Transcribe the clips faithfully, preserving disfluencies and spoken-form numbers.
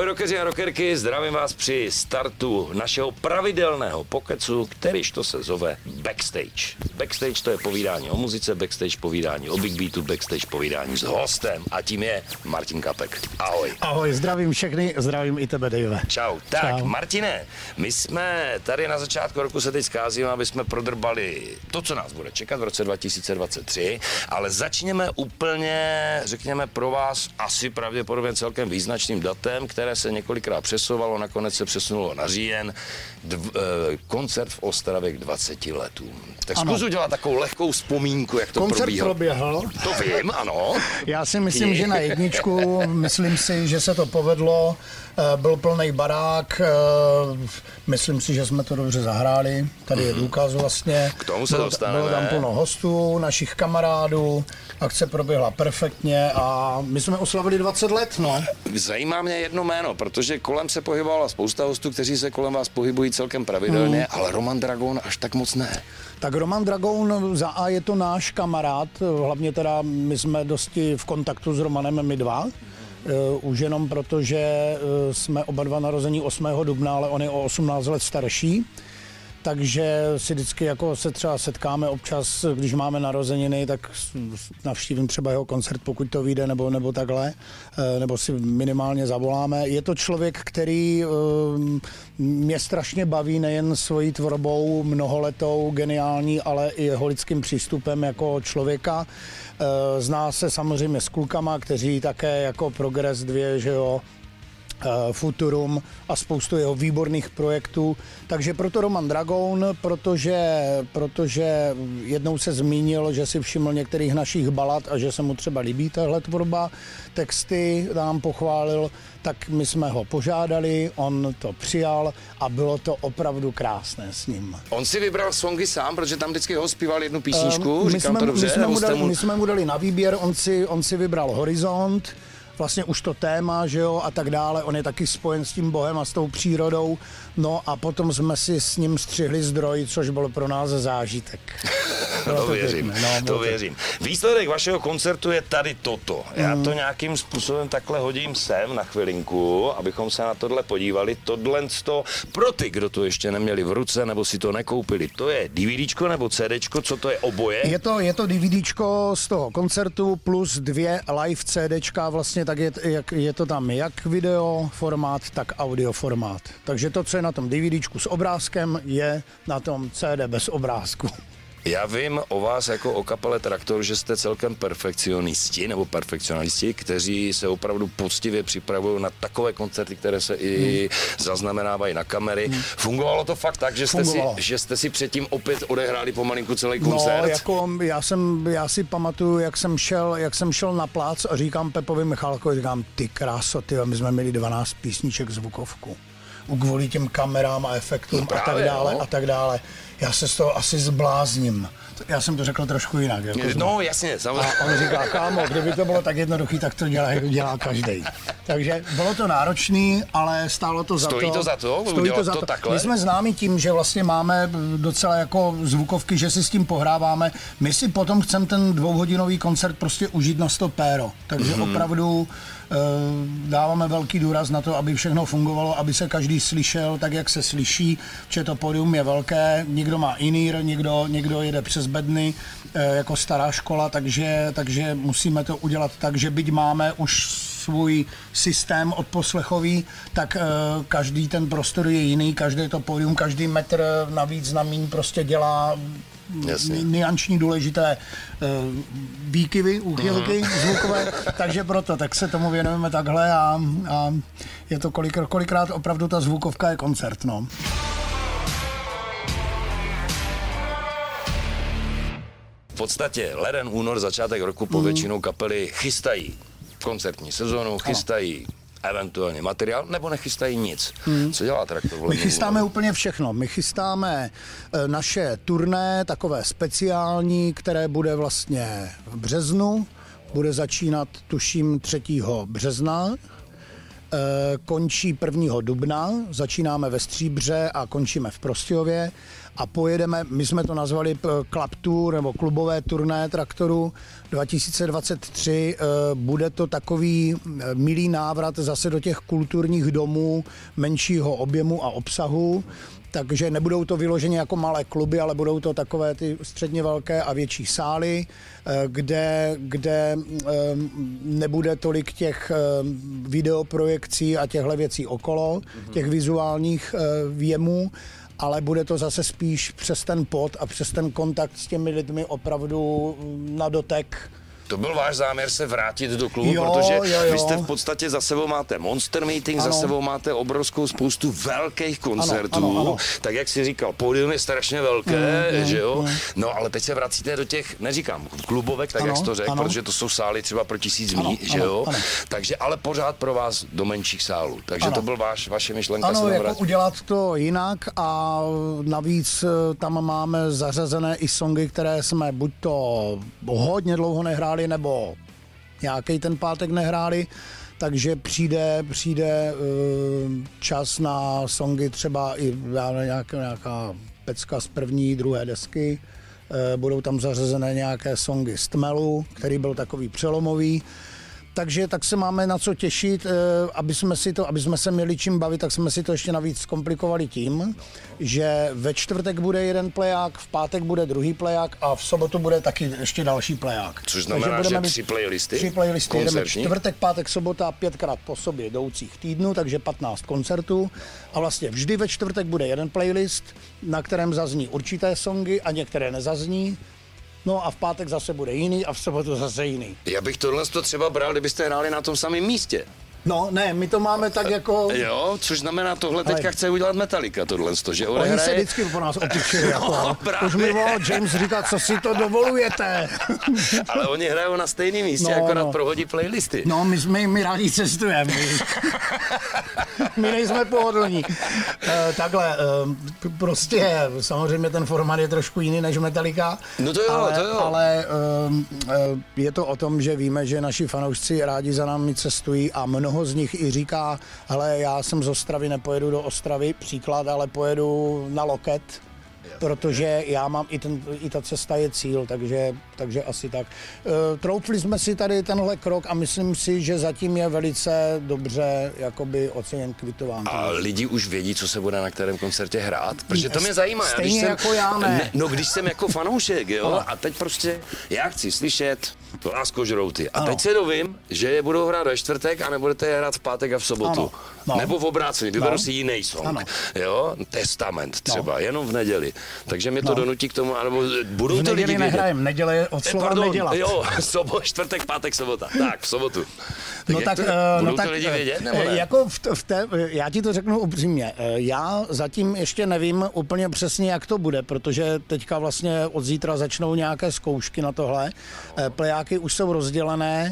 rockeři a rockerky, zdravím vás při startu našeho pravidelného pokecu, kterýž to se zove Backstage. Backstage to je povídání o muzice, Backstage povídání o Big Beatu, Backstage povídání s hostem a tím je Martin Kapek. Ahoj. Ahoj, zdravím všechny, zdravím i tebe, Dave. Čau. Tak, Čau. Martine, my jsme tady na začátku roku se teď scházíme, aby jsme prodrbali to, co nás bude čekat v roce dva tisíce dvacet tři, ale začněme úplně, řekněme, pro vás asi pravděpodobně celkem význačným datem, které se několikrát přesouvalo, nakonec se přesunulo na říjen, dv, eh, koncert v Ostravě k dvaceti letům. Tak zkus udělat takovou lehkou vzpomínku, jak to koncert probíhalo. proběhl. To vím, ano. Já si myslím, že na jedničku, myslím si, že se to povedlo, byl plný barák, myslím si, že jsme to dobře zahráli, tady je důkaz vlastně. K tomu se bylo, dostaneme. Bylo tam plno hostů, našich kamarádů, akce proběhla perfektně a my jsme oslavili dvacet let, no. Zajímá mě jedno jméno, protože kolem se pohybovala spousta hostů, kteří se kolem vás pohybují celkem pravidelně, hmm. ale Roman Dragon až tak moc ne. Tak Roman Dragon za A je to náš kamarád, hlavně teda my jsme dosti v kontaktu s Romanem my dva. Uh, už jenom proto, že uh, jsme oba dva narození osmého dubna, ale on je o osmnáct let starší. Takže si vždycky jako se třeba setkáme občas, když máme narozeniny, tak navštívím třeba jeho koncert, pokud to vyjde, nebo, nebo takhle, nebo si minimálně zavoláme. Je to člověk, který mě strašně baví nejen svojí tvorbou mnoholetou, geniální, ale i jeho lidským přístupem jako člověka. Zná se samozřejmě s klukama, kteří také jako Progress dva, že jo, Futurum a spoustu jeho výborných projektů. Takže proto Roman Dragon, protože, protože jednou se zmínil, že si všiml některých našich balad a že se mu třeba líbí tahle tvorba, texty nám pochválil, tak my jsme ho požádali, on to přijal a bylo to opravdu krásné s ním. On si vybral songy sám, protože tam vždycky ho zpíval jednu písničku, um, říkám jsme, to dobře? My jsme, mu dali, mu... my jsme mu dali na výběr, on si, on si vybral Horizont, vlastně už to téma, že jo, a tak dále, on je taky spojen s tím Bohem a s tou přírodou, no a potom jsme si s ním střihli zdroj, což bylo pro nás zážitek. to, to věřím, pěkně, no, to věřím. Výsledek vašeho koncertu je tady toto. Já to nějakým způsobem takhle hodím sem na chvilinku, abychom se na tohle podívali. Tohle to pro ty, kdo to ještě neměli v ruce, nebo si to nekoupili, to je DVDčko nebo CDčko, co to je oboje? Je to, je to DVDčko z toho koncertu plus dvě live CDčka, vlastně tak je, je to tam jak video formát, tak audio formát. Takže to, co je na tom DVDčku s obrázkem, je na tom C D bez obrázku. Já vím o vás jako o kapele Traktor, že jste celkem perfekcionisti nebo perfekcionalisti, kteří se opravdu poctivě připravují na takové koncerty, které se i hmm. zaznamenávají na kamery. Hmm. Fungovalo to fakt tak, že jste, si, že jste si předtím opět odehráli pomalinku celý koncert? No, jako já, jsem, já si pamatuju, jak jsem šel, jak jsem šel na plác a říkám Pepovi Michálkovi, říkám, ty kráso, ty, my jsme měli dvanáct písniček zvukovku. Kvůli těm kamerám a efektům no právě, a tak dále no. a tak dále. Já se z toho asi zblázním. Já jsem to řekl trošku jinak. Jako no jasně, samozřejmě. A on říká, kámo, kdyby to bylo tak jednoduchý, tak to dělá, dělá každý. Takže bylo to náročný, ale stálo to za Stojí to. to za to? Stojí to za to. Takhle? My jsme známi tím, že vlastně máme docela jako zvukovky, že si s tím pohráváme. My si potom chceme ten dvouhodinový koncert prostě užít na sto péro. Takže mm-hmm. opravdu dáváme velký důraz na to, aby všechno fungovalo, aby se každý slyšel tak, jak se slyší, že to pódium je velké, někdo má in-ear, někdo, někdo jede přes bedny, jako stará škola, takže, takže musíme to udělat tak, že byť máme už svůj systém odposlechový, tak každý ten prostor je jiný, každý to pódium, každý metr navíc na míň prostě dělá Jasně. nianční důležité uh, výkyvy, úchylky uh-huh. zvukové, takže proto, tak se tomu věnujeme takhle a, a je to kolik, kolikrát opravdu ta zvukovka je koncert, no. V podstatě leden, únor, začátek roku po většinou kapely chystají koncertní sezonu, chystají eventuálně materiál, nebo nechystají nic. Hmm. Co dělá Traktor? My chystáme úplně všechno. My chystáme naše turné, takové speciální, které bude vlastně v březnu. Bude začínat, tuším, třetího března. Končí prvního dubna, začínáme ve Stříbře a končíme v Prostějově. a pojedeme, my jsme to nazvali Club Tour nebo klubové turné Traktoru dva tisíce dvacet tři. Bude to takový milý návrat zase do těch kulturních domů menšího objemu a obsahu. Takže nebudou to vyloženě jako malé kluby, ale budou to takové ty středně velké a větší sály, kde, kde nebude tolik těch videoprojekcí a těchto věcí okolo, těch vizuálních věmů, ale bude to zase spíš přes ten pod a přes ten kontakt s těmi lidmi opravdu na dotek. To byl váš záměr se vrátit do klubu, jo, protože jo, jo. vy jste v podstatě za sebou máte Monster Meeting, ano. Za sebou máte obrovskou spoustu velkých koncertů, ano, ano, ano. Tak jak jsi říkal, pódium je strašně velké, mm, že jo? Mm. No ale teď se vracíte do těch, neříkám klubovek, tak ano, jak jsi to řekl, ano. Protože to jsou sály třeba pro tisíc mí, že jo? Ano. Takže ale pořád pro vás do menších sálů, takže ano. To byl váš, vaše myšlenka. Ano, jako udělat to jinak a navíc tam máme zařazené i songy, které jsme buď to hodně dlouho nehráli, nebo nějaký ten pátek nehráli, takže přijde, přijde uh, čas na songy třeba i nějaká, nějaká pecka z první, druhé desky. Uh, budou tam zařazené nějaké songy z Tmelu, který byl takový přelomový. Takže tak se máme na co těšit, aby jsme, si to, aby jsme se měli čím bavit, tak jsme si to ještě navíc zkomplikovali tím, že ve čtvrtek bude jeden pleják, v pátek bude druhý pleják a v sobotu bude taky ještě další pleják. Což znamená, že tři playlisty? Tři playlisty, jedeme čtvrtek, pátek, sobota, pětkrát po sobě jdoucích týdnů, takže patnáct koncertů. A vlastně vždy ve čtvrtek bude jeden playlist, na kterém zazní určité songy a některé nezazní. No a v pátek zase bude jiný a v sobotu zase jiný. Já bych tohle to třeba bral, kdybyste hráli na tom samém místě. No ne, my to máme tak jako... Jo, což znamená, tohle teďka ale... chce udělat Metallica, tohle, že odehraje... Oni se vždycky po nás opičili, jako. No, už mi volal James říká, co si to dovolujete. Ale oni hrajou na stejném místě, no, akorát no. Prohodí playlisty. No, my, my, my rádi cestujeme. My nejsme pohodlní. E, takhle, e, prostě samozřejmě ten formát je trošku jiný než Metallica. No to jo, ale, to jo. Ale e, je to o tom, že víme, že naši fanoušci rádi za námi cestují a mnoho z nich i říká, hele, já jsem z Ostravy, nepojedu do Ostravy, příklad, ale pojedu na Loket, protože já mám, i, ten, i ta cesta je cíl, takže, takže asi tak. E, troufli jsme si tady tenhle krok a myslím si, že zatím je velice dobře jakoby oceněn, kvitován. A lidi už vědí, co se bude na kterém koncertě hrát? Protože to mě zajímá. Stejně když jsem, jako já ne. ne. No když jsem jako fanoušek, jo, ano. A teď prostě já chci slyšet Láskožrouty. A ano. Teď se dovím, že je budou hrát ve čtvrtek a nebudete je hrát v pátek a v sobotu. Ano. No. Nebo v obráceně, vyberu no. si jiný song. Ano. Jo, Testament třeba, no. Jenom v neděli. Takže mě to no. donutí k tomu, nebo budou v to lidi vědět. Nehrajem, neděle je od slova Pardon, nedělat. Jo, sobo, čtvrtek, pátek, sobota. Tak, v sobotu. Tak no tak, to, budou no to tak, lidi vědět, nebo ne? Jako v, v té, já ti to řeknu upřímně. Já zatím ještě nevím úplně přesně, jak to bude, protože teďka vlastně od zítra začnou nějaké zkoušky na tohle. Plejáky už jsou rozdělené.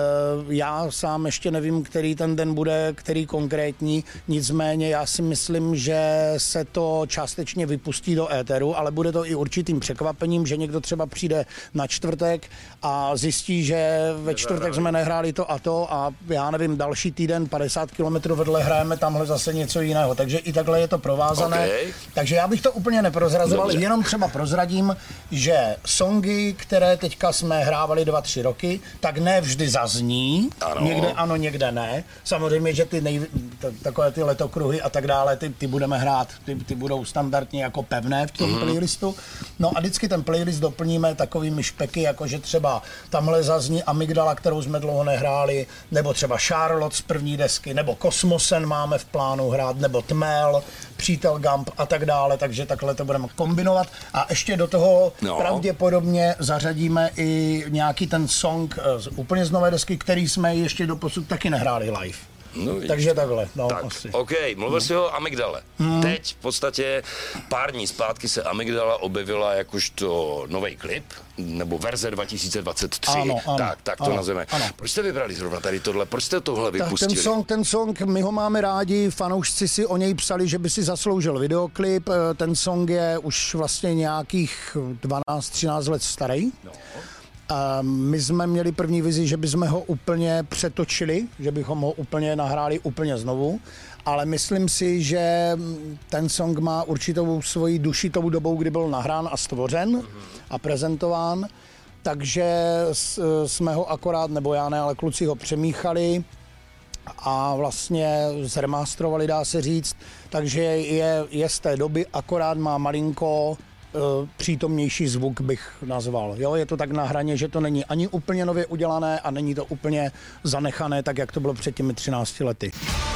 Já sám ještě nevím, který ten den bude, který konkrétní. Nicméně já si myslím, že se to částečně vypustí do éteru, ale bude to i určitým překvapením, že někdo třeba přijde na čtvrtek a zjistí, že ve čtvrtek jsme nehráli to a to a já nevím, další týden padesát kilometrů vedle hrajeme tamhle zase něco jiného. Takže i takhle je to provázané. Okay. Takže já bych to úplně neprozrazoval, Dobře. Jenom třeba prozradím, že songy, které teďka jsme hrávali dva, tři roky, tak ne vždy zazní. Ano. Někde ano, někde ne. Samozřejmě, že ty nej, t- takové ty letokruhy a tak dále, ty, ty budeme hrát, ty, ty budou standardně jako pevné v tom mm-hmm. playlistu. No a vždycky ten playlist doplníme takovými špeky, jako že třeba tamhle zazní Amygdala, kterou jsme dlouho nehráli, nebo třeba Charlotte z první desky, nebo Kosmosen máme v plánu hrát, nebo Tmel, Přítel Gump a tak dále, takže takhle to budeme kombinovat. A ještě do toho no. pravděpodobně zařadíme i nějaký ten song z, úplně z nové desky, který jsme ještě doposud taky nehráli live. No, takže takhle, no tak, asi. OK, mluvil jsi o Amygdale. Hmm. Teď v podstatě pár dní zpátky se Amygdala objevila jakožto nový klip, nebo verze dva tisíce dvacet tři. Ano, ano, tak, tak to ano, nazveme. Ano. Proč jste vybrali zrovna tady tohle? Proč jste tohle vypustili? Ten song, ten song, my ho máme rádi, fanoušci si o něj psali, že by si zasloužil videoklip. Ten song je už vlastně nějakých dvanáct třináct let starý. No. A my jsme měli první vizi, že bychom ho úplně přetočili, že bychom ho úplně nahráli úplně znovu, ale myslím si, že ten song má určitou svoji duši tou dobou, kdy byl nahrán a stvořen a prezentován, takže jsme ho akorát, nebo já ne, ale kluci ho přemíchali a vlastně zremastrovali, dá se říct, takže je, je z té doby, akorát má malinko přítomnější zvuk, bych nazval. Jo, je to tak na hraně, že to není ani úplně nově udělané a není to úplně zanechané, tak jak to bylo před těmi třinácti lety.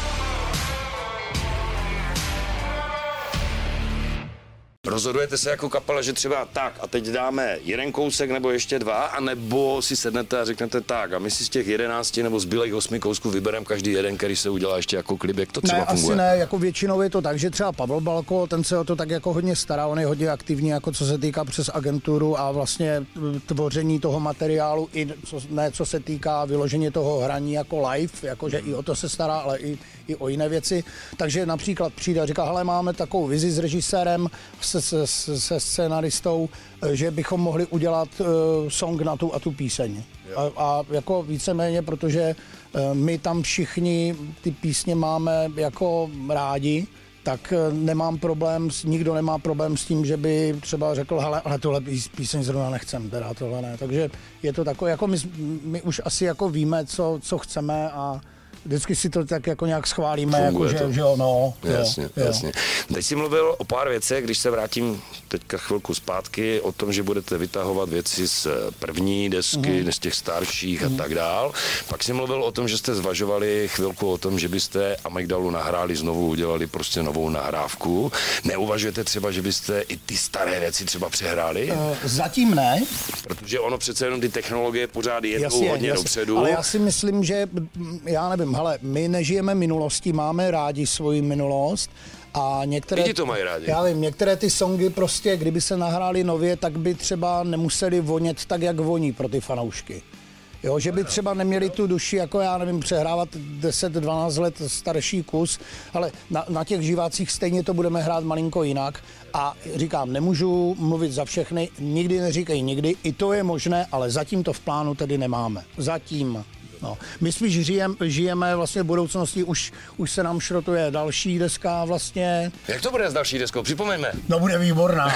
Rozhodujete se jako kapela, že třeba tak a teď dáme jeden kousek nebo ještě dva, anebo si sednete a řeknete tak a my si z těch jedenácti nebo zbylých osmi kousků vybereme každý jeden, který se udělá ještě jako klip, jak to třeba ne, funguje? Asi ne, jako většinou je to tak, že třeba Pavel Balko, ten se o to tak jako hodně stará, on je hodně aktivní, jako co se týká přes agenturu a vlastně tvoření toho materiálu, i co, ne co se týká vyložení toho hraní jako live, jakože i o to se stará, ale i, i o jiné věci. Takže například přijde a říká, hele, máme takovou vizi s režisérem, se, se, se scenaristou, že bychom mohli udělat uh, song na tu a tu píseň. A, a jako víceméně, protože uh, my tam všichni ty písně máme jako rádi, tak nemám problém, nikdo nemá problém s tím, že by třeba řekl, hele, ale tohle píseň zrovna nechcem, teda tohle ne. Takže je to takové, jako my, my už asi jako víme, co, co chceme a vždycky si to tak jako nějak schválíme, jako, že, že jo, no. Jasně, jo, jasně. Teď jsi mluvil o pár věcech, když se vrátím teďka chvilku zpátky, o tom, že budete vytahovat věci z první desky, mm. z těch starších mm. a tak dál. Pak jsi mluvil o tom, že jste zvažovali chvilku o tom, že byste Amygdalu nahráli znovu, udělali prostě novou nahrávku. Neuvažujete třeba, že byste i ty staré věci třeba přehráli? Uh, zatím ne. Protože ono přece jenom ty technologie pořád jedou jasně, hodně jasně. dopředu. Ale já si myslím, že já nevím, hele, my nežijeme minulostí, máme rádi svoji minulost a některé... Lidi to mají rádi. Já vím, některé ty songy prostě, kdyby se nahrály nově, tak by třeba nemuseli vonět tak, jak voní pro ty fanoušky. Jo, že by třeba neměli tu duši, jako já nevím, přehrávat deset dvanáct let starší kus, ale na, na těch živácích stejně to budeme hrát malinko jinak. A říkám, nemůžu mluvit za všechny, nikdy neříkej nikdy, i to je možné, ale zatím to v plánu tedy nemáme. Zatím. No. My spíš žijem, žijeme vlastně v budoucnosti, už, už se nám šrotuje další deska vlastně. Jak to bude s další deskou? Připomeňme. No bude výborná.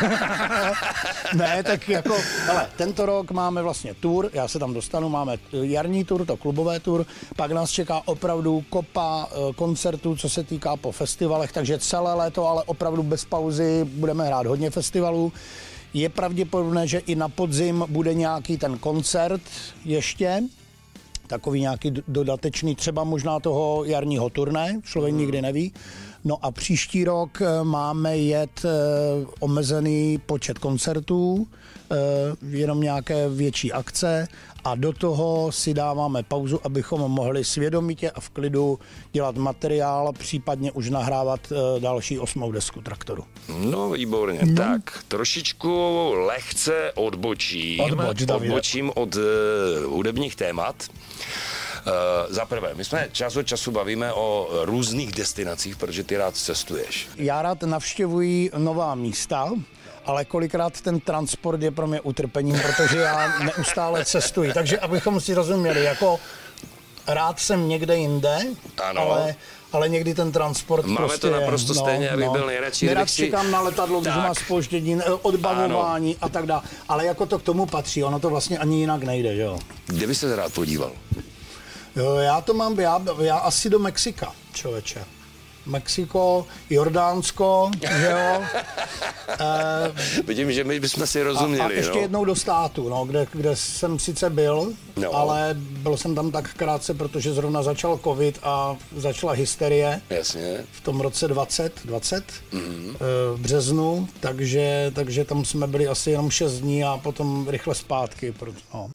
Ne, tak jako, hele, tento rok máme vlastně tour, já se tam dostanu, máme jarní tour, to klubové tour, pak nás čeká opravdu kopa koncertů, co se týká po festivalech, takže celé léto, ale opravdu bez pauzy budeme hrát hodně festivalů. Je pravděpodobné, že i na podzim bude nějaký ten koncert ještě, takový nějaký dodatečný, třeba možná toho jarního turné, člověk nikdy neví. No a příští rok máme jet omezený počet koncertů, jenom nějaké větší akce a do toho si dáváme pauzu, abychom mohli svědomitě a v klidu dělat materiál, případně už nahrávat další osmou desku Traktoru. No výborně, no. Tak trošičku lehce odbočím, Odboč, odbočím od uh, hudebních témat. Uh, za prvé, my jsme čas od času bavíme o různých destinacích, protože ty rád cestuješ. Já rád navštěvuji nová místa, ale kolikrát ten transport je pro mě utrpením, protože já neustále cestuji. Takže abychom si rozuměli, jako rád jsem někde jinde, ano. ale... Ale někdy ten transport máme prostě to naprosto je, stejně, no, abych no. byl nejradši. Nerad čekám na letadlo, když má zpoždění, odbavování ano. a tak dále. Ale jako to k tomu patří, ono to vlastně ani jinak nejde, že jo. Kde bys se rád podíval? Jo, já to mám, já, já asi do Mexika, člověče. Mexiko, Jordánsko, že jo. E, Vidím, že my bychom si rozuměli. A, a ještě no? jednou do státu, no, kde, kde jsem sice byl, no. ale byl jsem tam tak krátce, protože zrovna začal covid a začala hysterie. Jasně. V tom roce dvacet, dvacet mm-hmm. v březnu, takže, takže tam jsme byli asi jenom šest dní a potom rychle zpátky. No.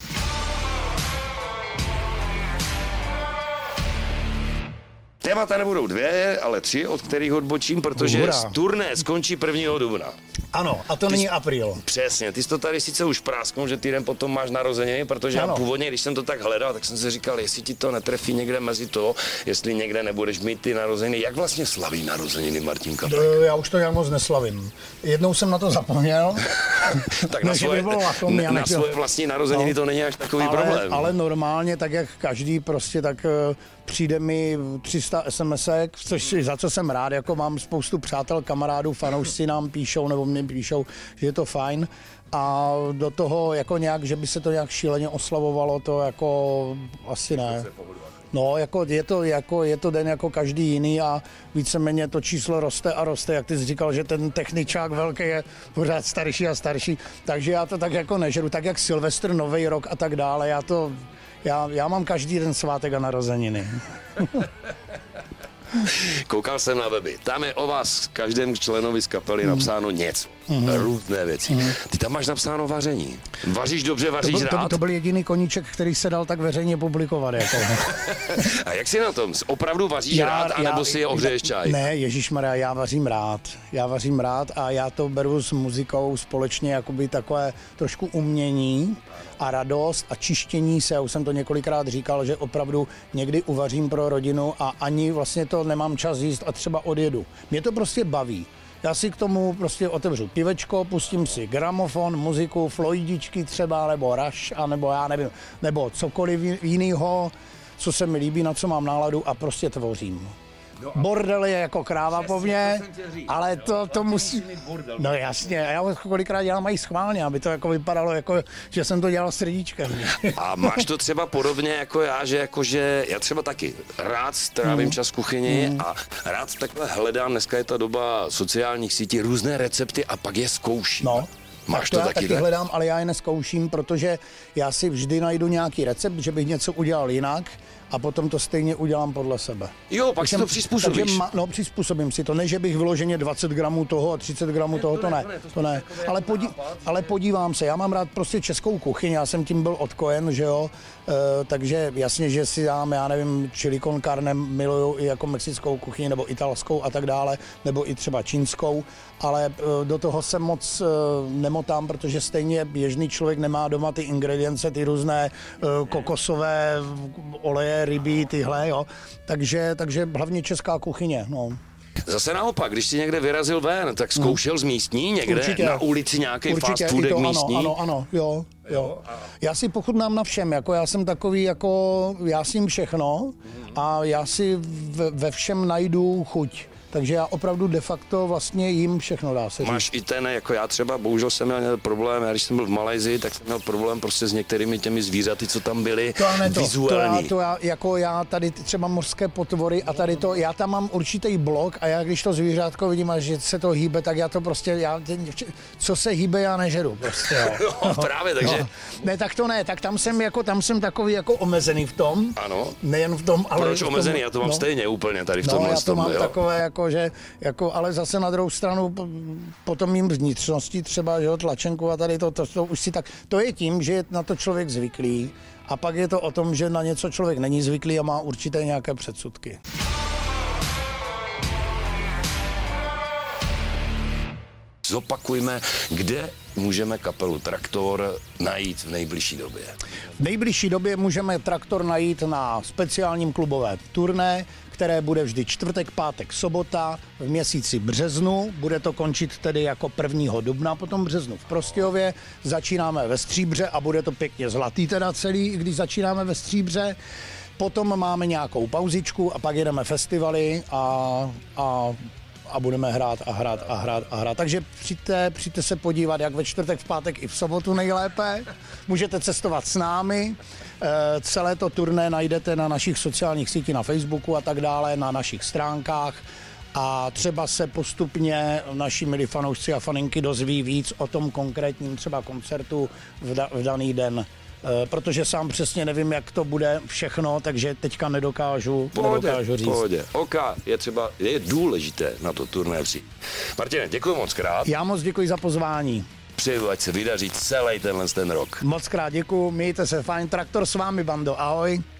Témata nebudou dvě, ale tři, od kterých odbočím, protože turné skončí prvního dubna. Ano, a to ty není jsi, apríl. Přesně, ty jsi to tady sice už prásknul, že týden potom máš narozeniny, protože ano. Já původně, když jsem to tak hledal, tak jsem si říkal, jestli ti to netrefí někde mezi to, jestli někde nebudeš mít ty narozeniny. Jak vlastně slaví narozeniny Martin Kapek? Já už to nějak moc neslavím. Jednou jsem na to zapomněl. Tak na svoje, by lakom, na, na svoje vlastní narozeniny no, to není až takový ale, problém. Ale normálně, tak jak každý prostě, tak uh, přijde mi tři sta SMSek, což za co jsem rád, jako mám spoustu přátel, kamarádů, fanoušci nám píšou, nebo mě píšou, že je to fajn. A do toho jako nějak, že by se to nějak šíleně oslavovalo, to jako asi ne. No, jako je, to, jako je to den jako každý jiný a víceméně to číslo roste a roste, jak ty jsi říkal, že ten techničák velký je pořád starší a starší, takže já to tak jako nežeru, tak jak Silvestr, Nový rok a tak dále, já to, já, já mám každý den svátek a narozeniny. Koukal jsem na weby, tam je o vás každém členovi z kapely napsáno něco, mm. různé věci. Mm. Ty tam máš napsáno vaření. Vaříš dobře, vaříš to byl, rád? To, to byl jediný koníček, který se dal tak veřejně publikovat. Jako. A jak jsi na tom? Opravdu vaříš já, rád, anebo já, si je ohřeješ čaj? Ne, ježišmarja, já vařím rád. Já vařím rád a já to beru s muzikou společně jakoby takové trošku umění a radost a čištění se. Já už jsem to několikrát říkal, že opravdu někdy uvařím pro rodinu a ani vlastně to nemám čas jíst a třeba odjedu. Mě to prostě baví. Já si k tomu prostě otevřu pivečko, pustím si gramofon, muziku, Floydičky třeba, nebo Rush, a nebo já nevím, nebo cokoliv jiného, co se mi líbí, na co mám náladu a prostě tvořím. No bordel je jako kráva po mně, říct, ale jo, to, to musí... No jasně, já ho kolikrát dělám i schválně, aby to jako vypadalo, jako, že jsem to dělal srdíčkem. A máš to třeba podobně jako já, že jakože já třeba taky rád strávím mm. čas v kuchyni mm. a rád takhle hledám, dneska je ta doba sociálních sítí, různé recepty a pak je zkouším. No. Máš to, to já taky, taky hledám, ale já je neskouším, protože já si vždy najdu nějaký recept, že bych něco udělal jinak a potom to stejně udělám podle sebe. Jo, pak si to přizpůsobíš. Ma, no, přizpůsobím si to. Ne, že bych vyloženě dvacet gramů toho a třicet gramů toho, to ne. To ne, to ne. Ale, podí, ale podívám se, já mám rád prostě českou kuchyň, já jsem tím byl odkojen, že jo, e, takže jasně, že si dám, já nevím, chili con carne miluju i jako mexickou kuchyni, nebo italskou a tak dále, nebo i třeba čínskou, ale e, do toho se moc e, nemotám, protože stejně běžný člověk nemá doma ty ingredience, ty různé e, kokosové oleje, ryby, tyhle, jo. Takže, takže hlavně česká kuchyně, no. Zase naopak, když jsi někde vyrazil ven, tak zkoušel z místní někde Určitě. Na ulici nějaký Určitě, fast foodek to, místní? Ano, ano, ano, jo, jo. Já si pochutnám na všem, jako já jsem takový, jako já si jim všechno a já si ve, ve všem najdu chuť. Takže já opravdu de facto vlastně jim všechno, dá se říct. Máš i ten, jako já třeba, bohužel jsem měl problém, já když jsem byl v Malajsii, tak jsem měl problém prostě s některými těmi zvířaty, co tam byly, to ne to, vizuální. To já, to já, jako já tady třeba mořské potvory a tady to, já tam mám určitý blok a já když to zvířátko vidím a že se to hýbe, tak já to prostě, já, co se hýbe, já nežeru prostě, jo. No, právě, takže... No. Ne, tak to ne, tak tam jsem jako, tam jsem takový jako omezený v tom. Ano. Nejen v tom, ale... Proč v tom, omezený? Já to mám no. stejně úplně tady v no, tomhle. já to tom, mám jo. takové jako, že, jako, ale zase na druhou stranu potom mým vnitřností třeba, že jo, tlačenku a tady to, to, to už si tak, to je tím, že je na to člověk zvyklý a pak je to o tom, že na něco člověk není zvyklý a má určité nějaké předsudky. Zopakujme, kde můžeme kapelu Traktor najít v nejbližší době. V nejbližší době můžeme Traktor najít na speciálním klubové turné, které bude vždy čtvrtek, pátek, sobota v měsíci březnu. Bude to končit tedy jako prvního dubna, potom březnu v Prostějově. Začínáme ve Stříbře a bude to pěkně zlatý teda celý, i když začínáme ve Stříbře. Potom máme nějakou pauzičku a pak jedeme festivaly a, a a budeme hrát a hrát a hrát a hrát. Takže přijďte, přijďte se podívat, jak ve čtvrtek, v pátek i v sobotu nejlépe. Můžete cestovat s námi. E, celé to turné najdete na našich sociálních sítích, na Facebooku a tak dále, na našich stránkách. A třeba se postupně naši milí fanoušci a faninky dozví víc o tom konkrétním třeba koncertu v, da, v daný den. Protože sám přesně nevím, jak to bude všechno, takže teďka nedokážu, pohodě, nedokážu říct. Pohodě. OK, je třeba, je důležité na to turné přijít. Martine, děkuji moc krát. Já moc děkuji za pozvání. Přeju, ať se vydaří celý tenhle ten rok. Moc krát děkuji, mějte se fajn, Traktor s vámi, bando, ahoj.